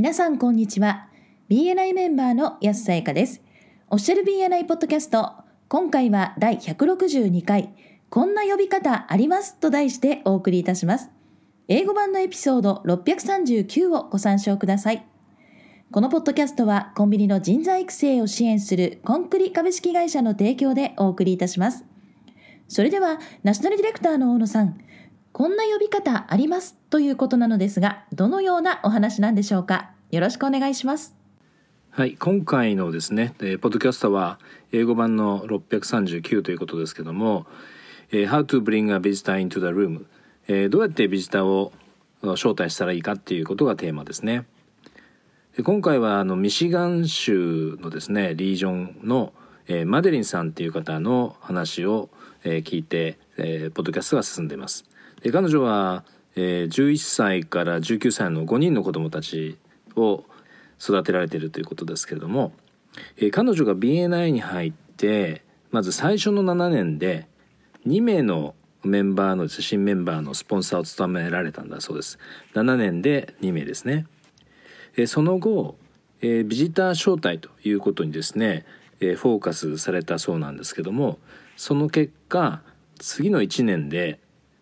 皆さんこんにちは。 BNI メンバーの安さやかです。オフィシャル BNI ポッドキャスト、今回は第162回こんな呼び方ありますと題してお送りいたします。英語版のエピソード639をご参照ください。このポッドキャストはコンビニの人材育成を支援するコンクリ株式会社の提供でお送りいたします。それではナショナルディレクターの大野さん、こんな呼び方ありますということなのですが、どのようなお話なんでしょうか。よろしくお願いします。 はい、今回のですね、ポッドキャストは英語版の639ということですけども、How to bring a visitor into the room、どうやってビジターを招待したらいいかっていうことがテーマですね。今回はミシガン州のですねリージョンの、マデリンさんっていう方の話を、聞いて、ポッドキャストが進んでいます。で彼女は、11歳から19歳の5人の子どもたちを育てられているということですけれども、彼女が BNI に入ってまず最初の7年で2名のメンバーの新メンバーのスポンサーを務められたんだそうです。7年で2名ですね。その後、ビジター招待ということにですね、フォーカスされたそうなんですけども、その結果次の1年で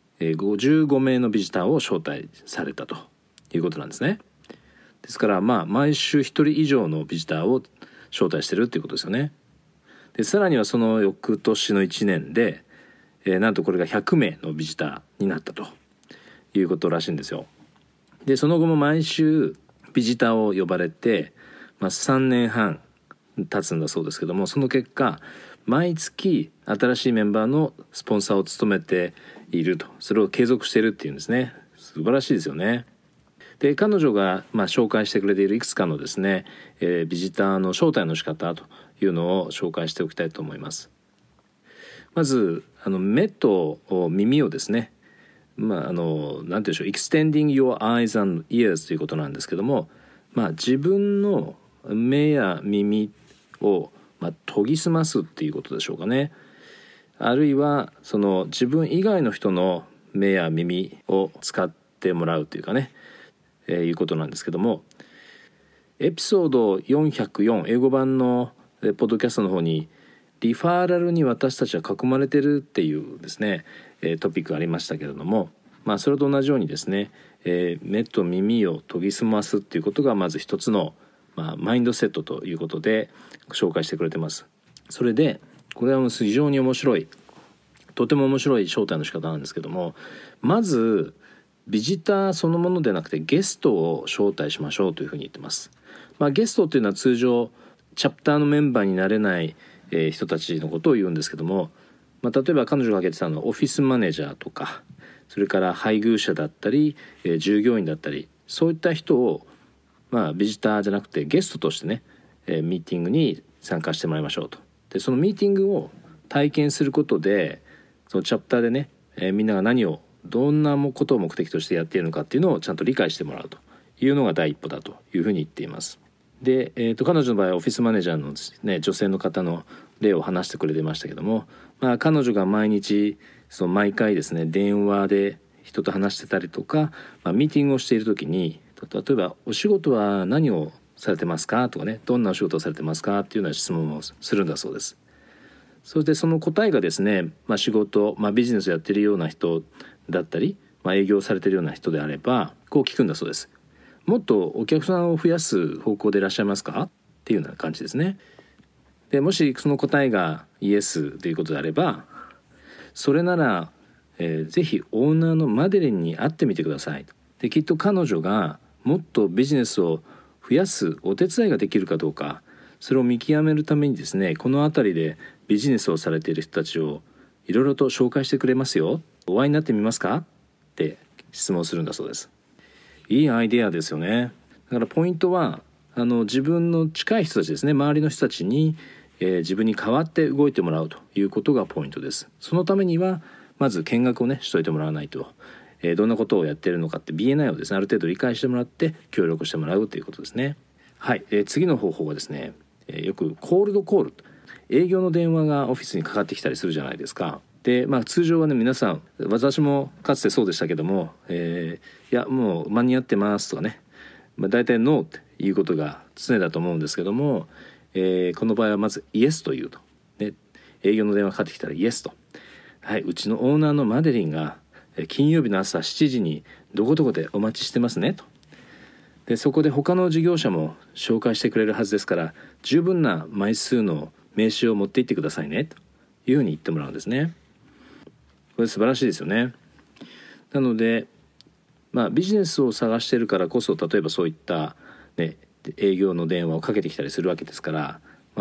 55名のビジターを招待されたということなんですね。ですから毎週1人以上のビジターを招待してるっていうことですよね。でさらにはその翌年の1年で、なんとこれが100名のビジターになったということらしいんですよ。でその後も毎週ビジターを呼ばれて、3年半経つんだそうですけども、その結果毎月新しいメンバーのスポンサーを務めていると、それを継続しているっていうんですね。素晴らしいですよね。で彼女が紹介してくれているいくつかのですね、ビジターの招待の仕方というのを紹介しておきたいと思います。まず目と耳をですね、なんていうんでしょう、extending your eyes and ears ということなんですけども、自分の目や耳を研ぎ澄ますっていうことでしょうかね。あるいはその自分以外の人の目や耳を使ってもらうというかね、いうことなんですけども、エピソード404英語版のポッドキャストの方にリファーラルに私たちは囲まれてるっていうですね、トピックがありましたけれども、それと同じようにですね、目と耳を研ぎ澄ますっていうことがまず一つの、マインドセットということで紹介してくれてます。それでこれは非常に面白い、とても面白い招待の仕方なんですけども、まずビジターそのものでなくてゲストを招待しましょうというふうに言ってます。ゲストというのは通常チャプターのメンバーになれない、人たちのことを言うんですけども、例えば彼女が挙げてたのはオフィスマネージャーとか、それから配偶者だったり、従業員だったり、そういった人をビジターじゃなくてゲストとしてね、ミーティングに参加してもらいましょうと。でそのミーティングを体験することで、そのチャプターでね、みんながどんなことを目的としてやっているのかっていうのをちゃんと理解してもらうというのが第一歩だというふうに言っています。で、彼女の場合はオフィスマネージャーのですね、女性の方の例を話してくれてましたけども、彼女が毎回ですね電話で人と話してたりとか、ミーティングをしている時に、例えばお仕事は何をされてますかとかね、どんなお仕事をされてますかっていうような質問をするんだそうです。そしてその答えがですね、仕事、ビジネスをやっているような人だったり、営業されているような人であればこう聞くんだそうです。もっとお客さんを増やす方向でいらっしゃいますかっていうような感じですね。でもしその答えがイエスということであれば、それなら、ぜひオーナーのマデリンに会ってみてください。できっと彼女がもっとビジネスを増やすお手伝いができるかどうか、それを見極めるためにですね、この辺りでビジネスをされている人たちをいろいろと紹介してくれますよ。お会いになってみますかって質問するんだそうです。いいアイデアですよね。だからポイントは自分の近い人たちですね、周りの人たちに、自分に代わって動いてもらうということがポイントです。そのためにはまず見学をねしといてもらわないと、どんなことをやっているのかって BNI をですねある程度理解してもらって協力してもらうということですね。はい、次の方法はですね、よくコールドコール、営業の電話がオフィスにかかってきたりするじゃないですか。で通常はね、皆さん、私もかつてそうでしたけども、いやもう間に合ってますとかね、大体ノーっていうことが常だと思うんですけども、この場合はまずイエスというと、ね、営業の電話かかってきたらイエスと、はい、うちのオーナーのマデリンが金曜日の朝7時にどこどこでお待ちしてますねと。でそこで他の事業者も紹介してくれるはずですから、十分な枚数の名刺を持って行ってくださいねというふうに言ってもらうんですね。これ素晴らしいですよね。なので、ビジネスを探しているからこそ、例えばそういった、ね、営業の電話をかけてきたりするわけですから、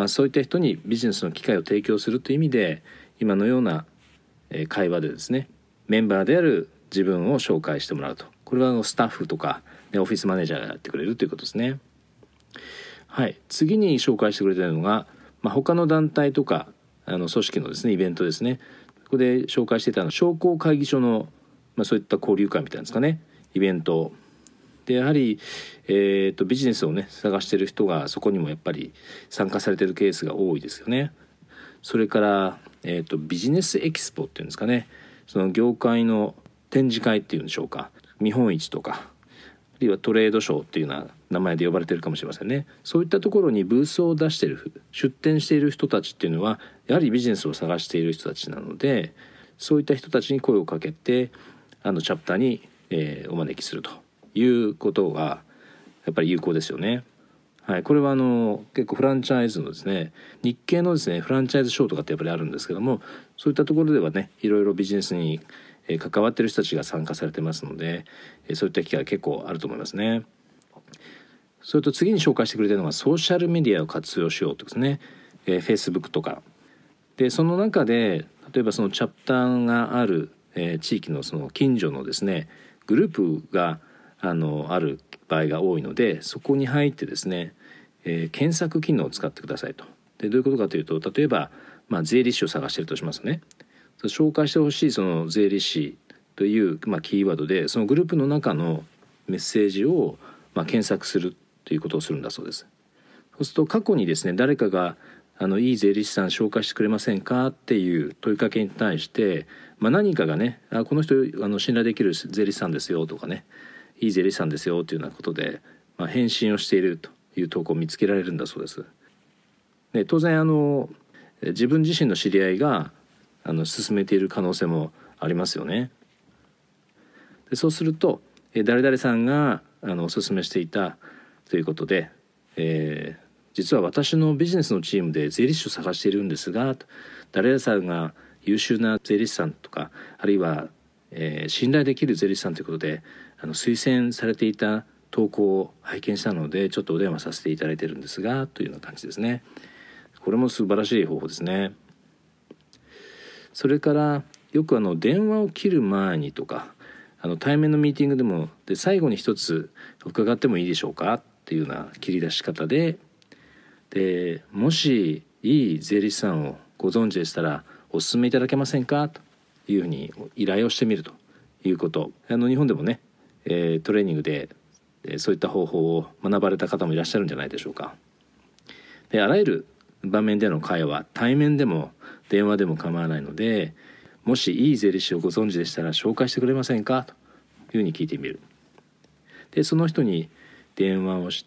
そういった人にビジネスの機会を提供するという意味で、今のような会話でですね、メンバーである自分を紹介してもらうと。これはスタッフとか、オフィスマネージャーがやってくれるということですね。はい、次に紹介してくれているのが、他の団体とか組織のですねイベントですね。ここで紹介していた商工会議所の、そういった交流会みたいなんですかね、イベントで、やはり、ビジネスをね探している人がそこにもやっぱり参加されているケースが多いですよね。それから、ビジネスエキスポっていうんですかね、その業界の展示会っていうんでしょうか、見本市とか、あるいはトレードショーっていうような名前で呼ばれているかもしれませんね。そういったところにブースを出している、出展している人たちっていうのはやはりビジネスを探している人たちなので、そういった人たちに声をかけてチャプターに、お招きするということがやっぱり有効ですよね。はい、これは結構フランチャイズのですね、日系のですねフランチャイズショーとかってやっぱりあるんですけども、そういったところではね、いろいろビジネスに関わっている人たちが参加されてますので、そういった機会が結構あると思いますね。それと次に紹介してくれているのがソーシャルメディアを活用しようとですね、Facebook とかで、その中で例えばそのチャプターがある、地域のその近所のですねグループがある場合が多いので、そこに入ってですね、検索機能を使ってくださいと。でどういうことかというと、例えば、税理士を探しているとしますね。紹介してほしいその税理士という、キーワードでそのグループの中のメッセージを、検索するということをするんだそうです。そうすると過去にですね、誰かがいい税理士さん紹介してくれませんかっていう問いかけに対して、何人かがね、この人信頼できる税理士さんですよとかね、いい税理士さんですよというようなことで、返信をしているという投稿を見つけられるんだそうです。で当然自分自身の知り合いが進めている可能性もありますよね。でそうすると誰々さんがお勧めしていたということで、実は私のビジネスのチームで税理士を探しているんですが、誰々さんが優秀な税理士さんとか、あるいは、信頼できる税理士さんということで推薦されていた投稿を拝見したので、ちょっとお電話させていただいているんですが、というような感じですね。これも素晴らしい方法ですね。それからよく電話を切る前にとか対面のミーティングでも最後に一つ伺ってもいいでしょうかっていうような切り出し方で、もしいい税理士さんをご存知でしたらお勧めいただけませんかというふうに依頼をしてみるということ、日本でもね、トレーニングでそういった方法を学ばれた方もいらっしゃるんじゃないでしょうか。であらゆる場面での会話、対面でも電話でも構わないので、もしいい税理士をご存知でしたら紹介してくれませんかというふうに聞いてみる。でその人に電話をして、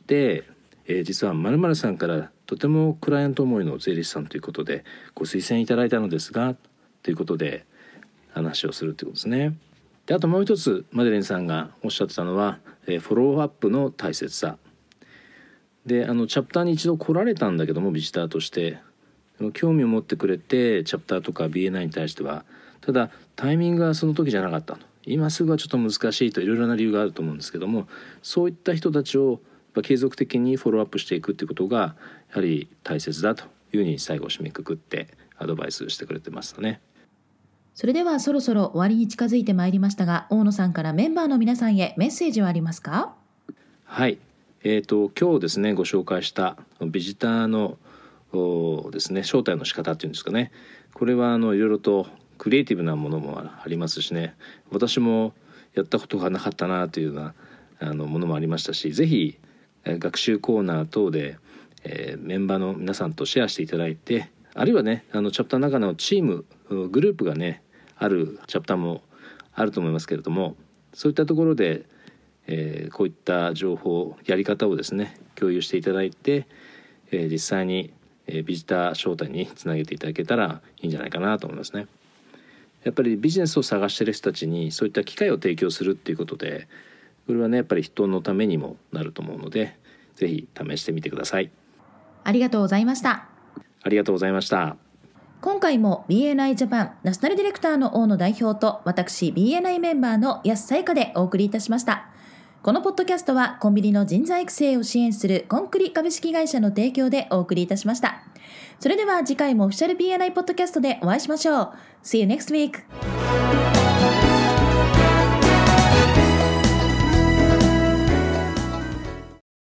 実は〇〇さんからとてもクライアント思いの税理士さんということでご推薦いただいたのですがということで話をするということですね。であともう一つマデレンさんがおっしゃってたのは、フォローアップの大切さで、チャプターに一度来られたんだけども、ビジターとして興味を持ってくれてチャプターとか BNI に対しては、ただタイミングがその時じゃなかったと、今すぐはちょっと難しいといろいろな理由があると思うんですけども、そういった人たちを継続的にフォローアップしていくということがやはり大切だというふうに最後締めくくってアドバイスしてくれてましたね。 それではそろそろ終わりに近づいてまいりましたが、大野さんからメンバーの皆さんへメッセージはありますか？ はい、今日ですねご紹介したビジターのですね招待の仕方っていうんですかね、これはいろいろとクリエイティブなものもありますしね、私もやったことがなかったなというようなものもありましたし、ぜひ学習コーナー等で、メンバーの皆さんとシェアしていただいて、あるいはねチャプターの中のチームグループがねあるチャプターもあると思いますけれども、そういったところで、 こういった情報やり方をですね共有していただいて、実際にビジター招待につなげていただけたらいいんじゃないかなと思いますね。やっぱりビジネスを探している人たちにそういった機会を提供するっていうことで、これはねやっぱり人のためにもなると思うので、ぜひ試してみてください。 ありがとうございました。 ありがとうございました。 今回も BNI ジャパンナショナルディレクターの大野代表と私 BNI メンバーの安さやかでお送りいたしました。このポッドキャストはコンビニの人材育成を支援するコンクリ株式会社の提供でお送りいたしました。それでは次回もオフィシャル BNI ポッドキャストでお会いしましょう。See you next week!